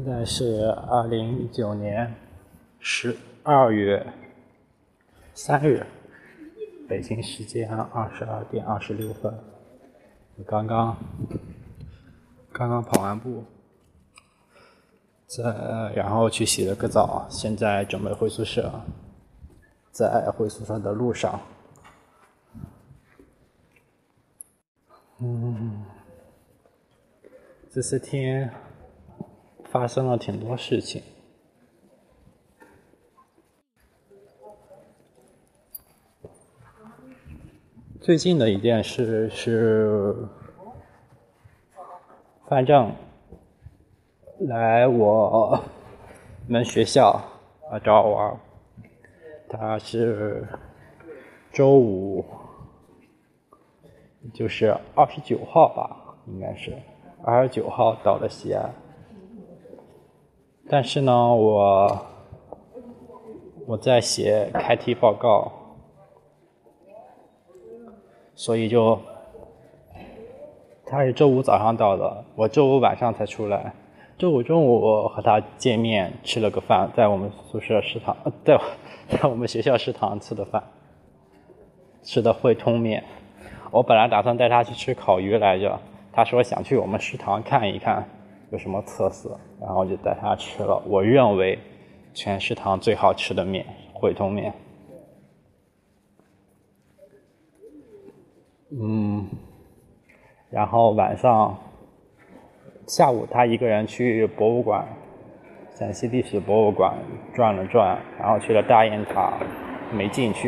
现在是2019年12月3日，北京时间22点26分。我刚刚跑完步，然后去洗了个澡，现在准备回宿舍，在回宿舍的路上。这些天发生了挺多事情。最近的一件事是范正来我们学校找我玩，他是周五，就是29号吧，应该是29号到了西安。但是呢，我在写开题报告，所以他是周五早上到的，我周五晚上才出来。周五中午我和他见面吃了个饭，在我们宿舍食堂，在我们学校食堂吃的饭，吃的汇通面。我本来打算带他去吃烤鱼来着，他说想去我们食堂看一看有什么特色，然后就带他吃了我认为全食堂最好吃的面，汇通面。然后下午他一个人去博物馆，陕西历史博物馆转了转，然后去了大雁塔，没进去。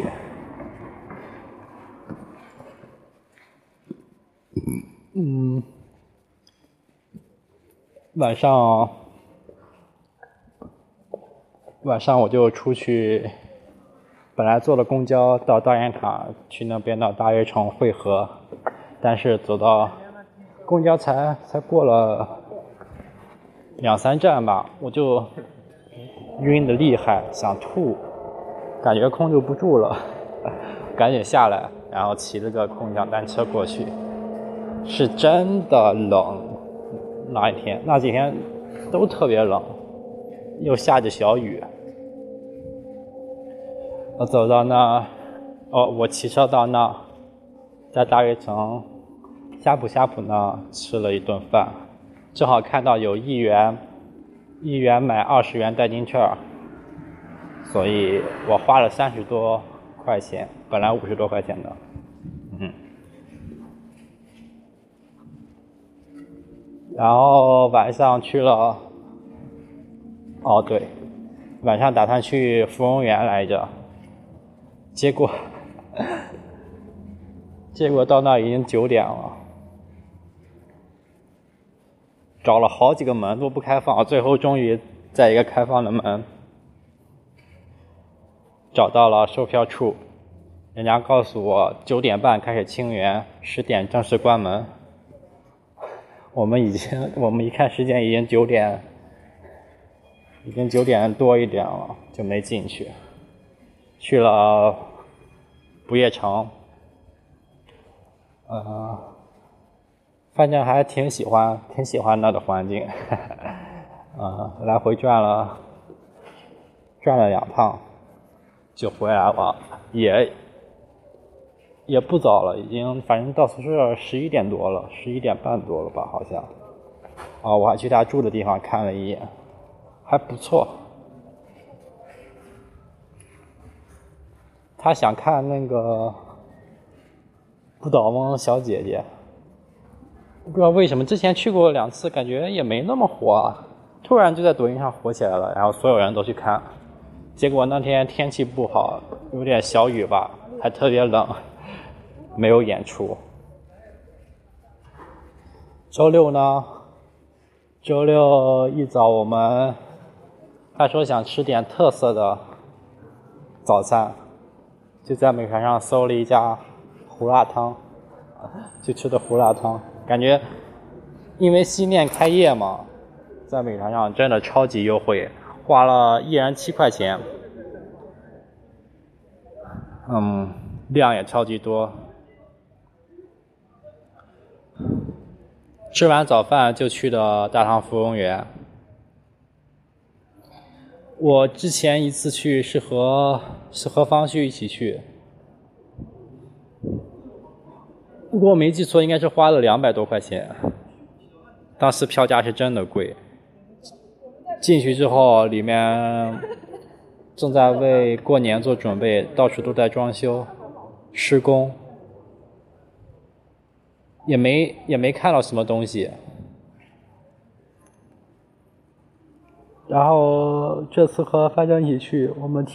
晚上我就出去，本来坐了公交到大雁塔，去那边到大悦城汇合，但是走到公交才过了2-3站吧，我就晕得厉害，想吐，感觉控制不住了，赶紧下来，然后骑了个共享单车过去。是真的冷，那几天都特别冷，又下着小雨。我走到那，我骑车到那，在大悦城呷哺那吃了一顿饭，正好看到有1元买20元代金券，所以我花了30多块钱，本来50多块钱的。然后晚上去了，晚上打算去芙蓉园来着，结果到那已经9点了，找了好几个门都不开放，最后终于在一个开放的门找到了售票处，人家告诉我9点半开始清园，10点正式关门。我们一看时间已经9点多一点了，就没进去。去了不夜城，反正还挺喜欢那的环境。来回转了2趟就回来了，也不早了，已经反正到宿舍11点多了，11点半多了吧，好像。我还去他住的地方看了一眼，还不错。他想看那个不倒翁小姐姐，不知道为什么之前去过2次，感觉也没那么火，突然就在抖音上火起来了，然后所有人都去看。结果那天天气不好，有点小雨吧，还特别冷，没有演出。周六呢？周六一早他说想吃点特色的早餐，就在美团上搜了一家胡辣汤，就吃的胡辣汤，感觉因为西面开业嘛，在美团上真的超级优惠，花了1人7块钱，量也超级多。吃完早饭就去的大唐芙蓉园， 我之前一次去是和方旭一起去，如果我没记错，应该是花了200多块钱。当时票价是真的贵。进去之后，里面正在为过年做准备，到处都在装修、施工，也没看到什么东西。然后这次和范正一起去，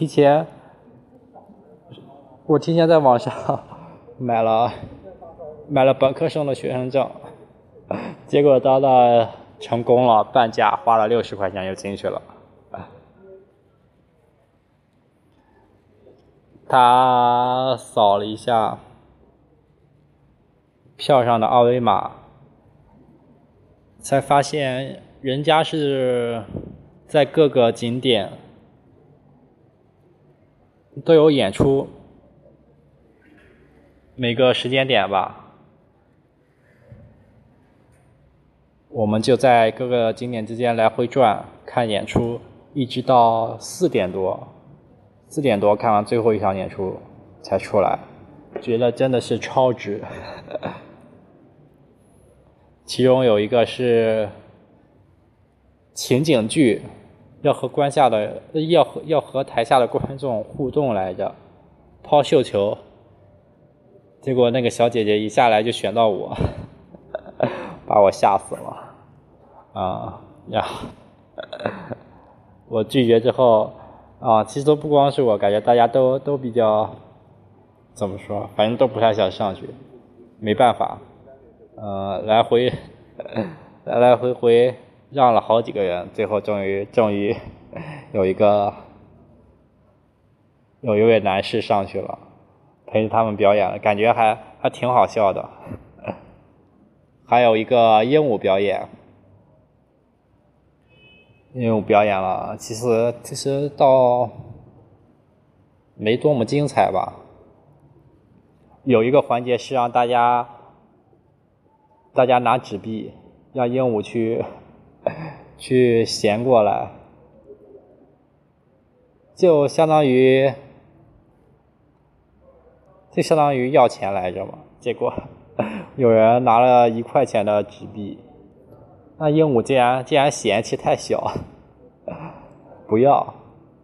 我提前在网上买了本科生的学生证，结果到那成功了，半价，花了60块钱就进去了。他扫了一下票上的二维码，才发现人家是在各个景点都有演出，每个时间点吧。我们就在各个景点之间来回转看演出，一直到4点多看完最后一场演出才出来，觉得真的是超值。其中有一个是情景剧，要和台下的观众互动来着，抛绣球，结果那个小姐姐一下来就选到我，把我吓死了呀！我拒绝之后其实都不光是我，感觉大家都比较怎么说，反正都不太想上去，没办法，来回让了好几个人，最后终于有一位男士上去了，陪着他们表演了，感觉还挺好笑的。还有一个鹦鹉表演了，其实倒没多么精彩吧。有一个环节是让大家拿纸币，让鹦鹉去衔过来，就相当于要钱来着嘛。结果有人拿了1块钱的纸币，那鹦鹉竟然嫌弃太小，不要，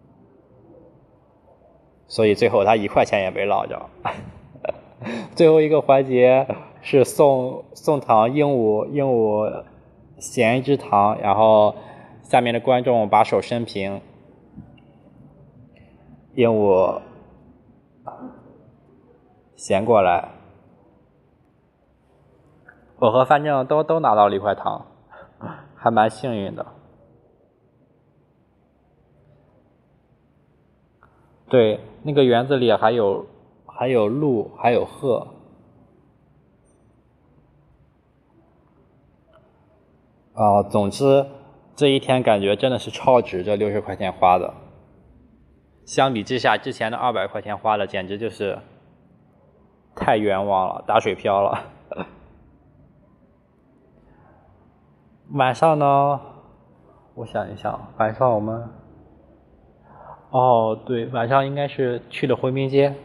所以最后他1块钱也没捞着。最后一个环节是送糖，鹦鹉衔一只糖，然后下面的观众把手伸平，鹦鹉衔过来。我和范正都拿到了1块糖，还蛮幸运的。对，那个园子里还有鹿，还有鹤。总之这一天感觉真的是超值，这60块钱花的。相比之下，之前的200块钱花的简直就是太冤枉了，打水漂了。晚上呢，我想一想，晚上我们对，晚上应该是去的回民街，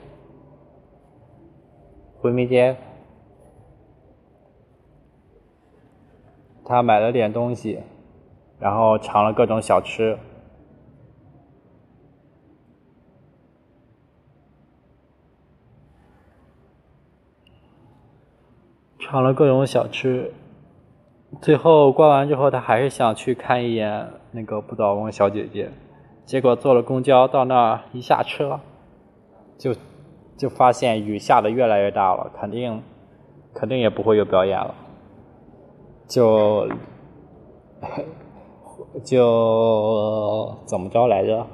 他买了点东西，然后尝了各种小吃。最后逛完之后，他还是想去看一眼那个不倒翁小姐姐，结果坐了公交到那儿，一下车就发现雨下得越来越大了，肯定也不会有表演了，就怎么着来着？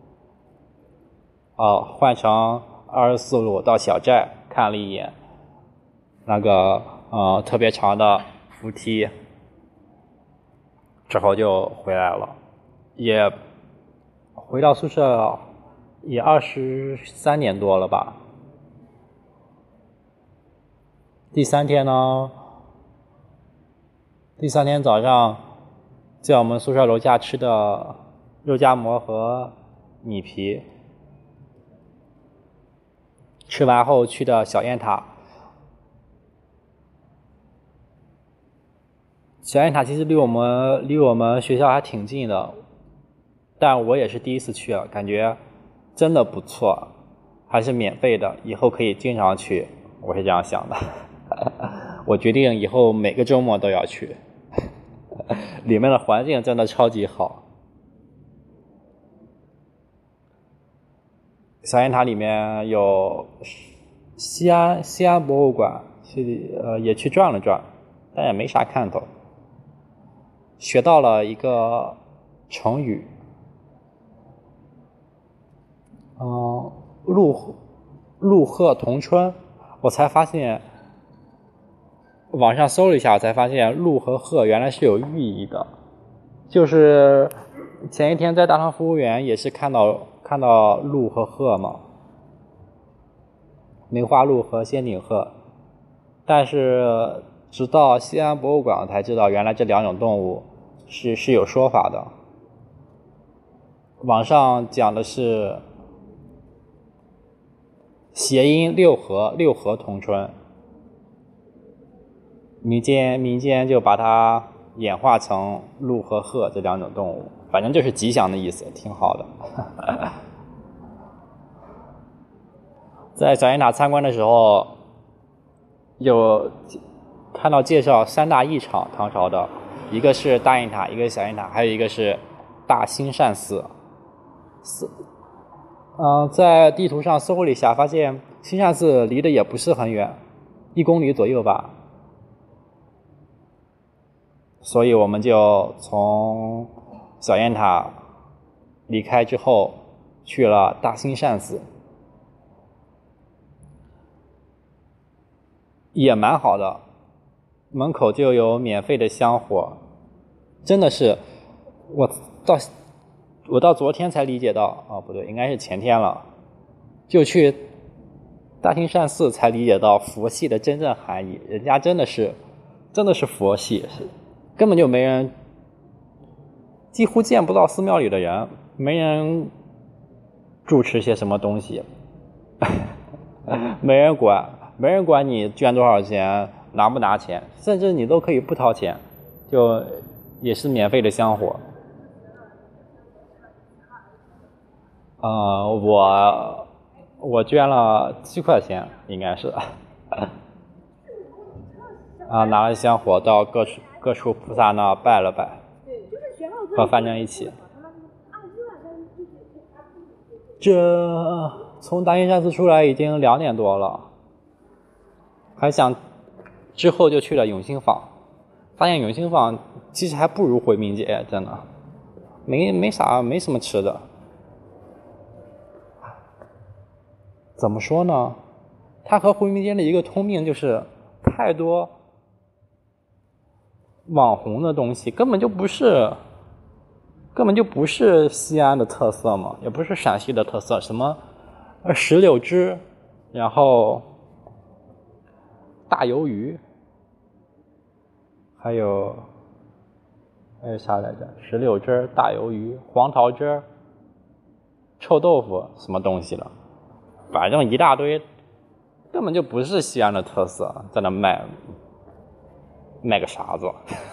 换成24路到小寨看了一眼那个特别长的扶梯，之后就回来了，也回到宿舍也23点多了吧。第三天早上在我们宿舍楼下吃的肉夹馍和米皮。吃完后去的小雁塔。小雁塔其实离我们学校还挺近的，但我也是第一次去，感觉真的不错，还是免费的，以后可以经常去，我是这样想的。我决定以后每个周末都要去，里面的环境真的超级好。小雁塔里面有西安博物馆，也去转了转，但也没啥看头。学到了一个成语，鹿鹤同春。我才发现，网上搜了一下，我才发现鹿和鹤原来是有寓意的。就是前一天在大堂服务员也是看到鹿和鹤嘛，梅花鹿和仙顶鹤，但是直到西安博物馆才知道，原来这两种动物是有说法的。网上讲的是谐音六合同春，民间就把它演化成鹿和鹤这两种动物，反正就是吉祥的意思，挺好的。在小雁塔参观的时候，有看到介绍三大义场，唐朝的，一个是大雁塔，一个是小雁塔，还有一个是大兴善寺。在地图上搜了一下，发现兴善寺离得也不是很远，1公里左右吧。所以我们就从小雁塔离开之后，去了大兴善寺，也蛮好的，门口就有免费的香火，真的是我到昨天才理解到，不对，应该是前天了，就去大兴善寺才理解到佛系的真正含义。人家真的是佛系，根本就没人，几乎见不到寺庙里的人，没人主持些什么东西，没人管你捐多少钱，拿不拿钱，甚至你都可以不掏钱，就也是免费的香火。我捐了7块钱，应该是，拿了香火到各处菩萨那拜了拜，和反正一起。这从大兴善寺出来已经2点多了，还想之后就去了永兴坊，发现永兴坊其实还不如回民街，真的没什么吃的。怎么说呢？它和回民街的一个通病就是太多网红的东西，根本就不是西安的特色嘛，也不是陕西的特色，什么石榴汁，然后大鱿鱼，还有啥来着？石榴汁、大鱿鱼、黄桃汁、臭豆腐，什么东西了？反正一大堆，根本就不是西安的特色，在那卖个啥子？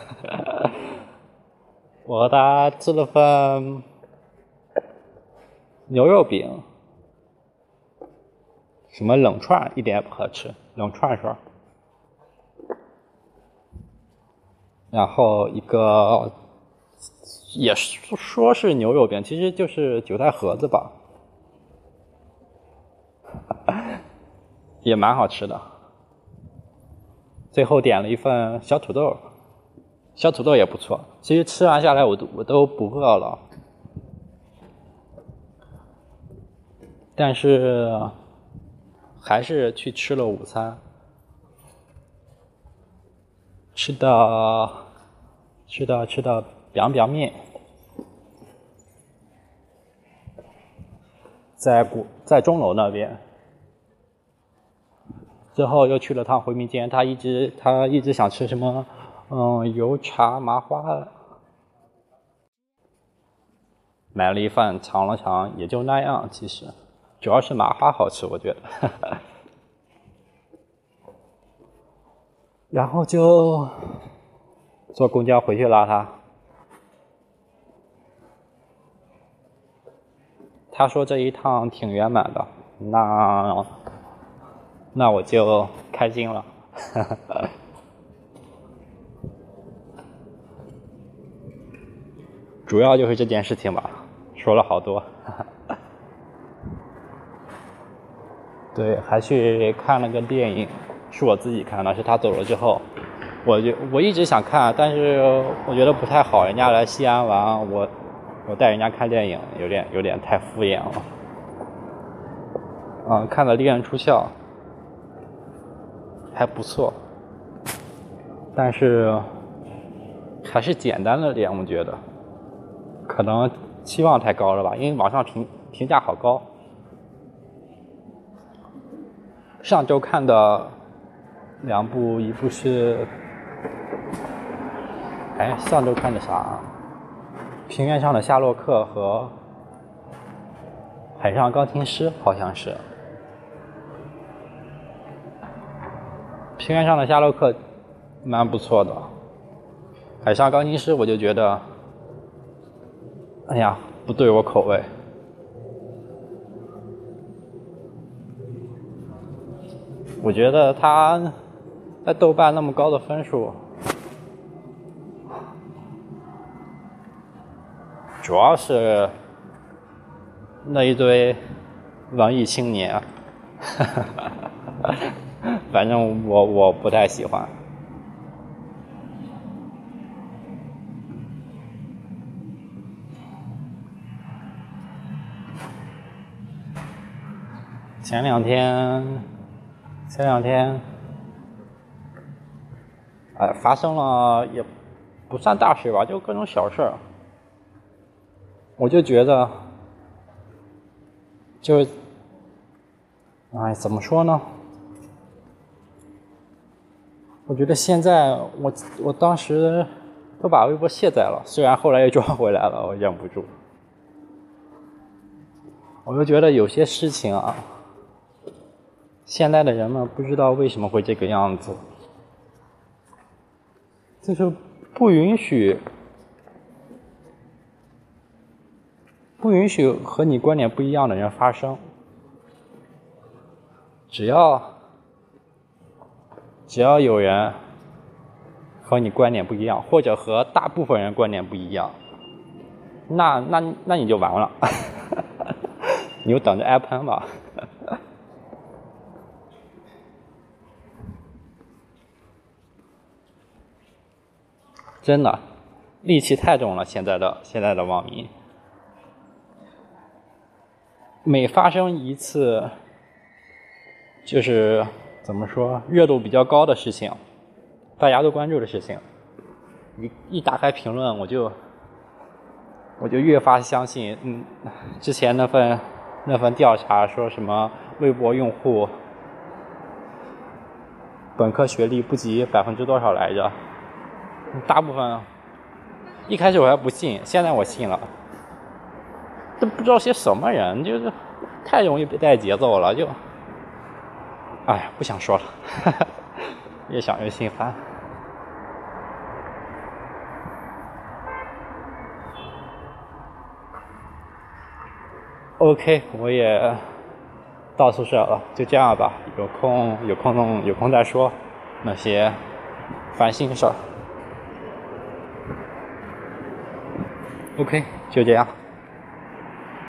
我和他吃了份牛肉饼，什么冷串一点也不好吃，冷串串。然后一个也说是牛肉饼，其实就是韭菜盒子吧。也蛮好吃的。最后点了一份小土豆，小土豆也不错。其实吃完下来我都不饿了，但是还是去吃了午餐，吃的凉面，在钟楼那边。之后又去了趟回民街，他一直想吃什么，油茶麻花， 买了一份尝了尝，也就那样。其实主要是麻花好吃，我觉得。然后就坐公交回去拉他。他说这一趟挺圆满的，那我就开心了。主要就是这件事情吧，说了好多。对，还去看了个电影，是我自己看的，是他走了之后，我一直想看，但是我觉得不太好，人家来西安玩，我带人家看电影，有点太敷衍了。看了《利刃出鞘》，还不错，但是还是简单了点，我觉得，可能期望太高了吧，因为网上评价好高。上周看的2部，一部是，上周看的啥？平原上的夏洛克和海上钢琴师，好像是。平原上的夏洛克蛮不错的，海上钢琴师我就觉得，哎呀，不对我口味。我觉得他在豆瓣那么高的分数，主要是那一堆文艺青年，反正我不太喜欢。前两天，发生了也不算大事吧，就各种小事儿。我就觉得，怎么说呢？我觉得现在我当时都把微博卸载了，虽然后来又装回来了，我忍不住。我就觉得有些事情啊，现在的人们不知道为什么会这个样子，就是不允许和你观点不一样的人发声。只要有人和你观点不一样，或者和大部分人观点不一样，那你就完了。你就等着挨喷吧。真的，戾气太重了，现在的网民。每发生一次，就是怎么说，热度比较高的事情，大家都关注的事情，一打开评论，我就越发相信，之前那份调查说什么微博用户本科学历不及%多少来着？大部分，一开始我还不信，现在我信了。都不知道些什么人，就是太容易被带节奏了，就，不想说了，越想越心烦。OK， 我也到宿舍了，就这样吧，有空再说那些烦心事儿。OK， 就这样。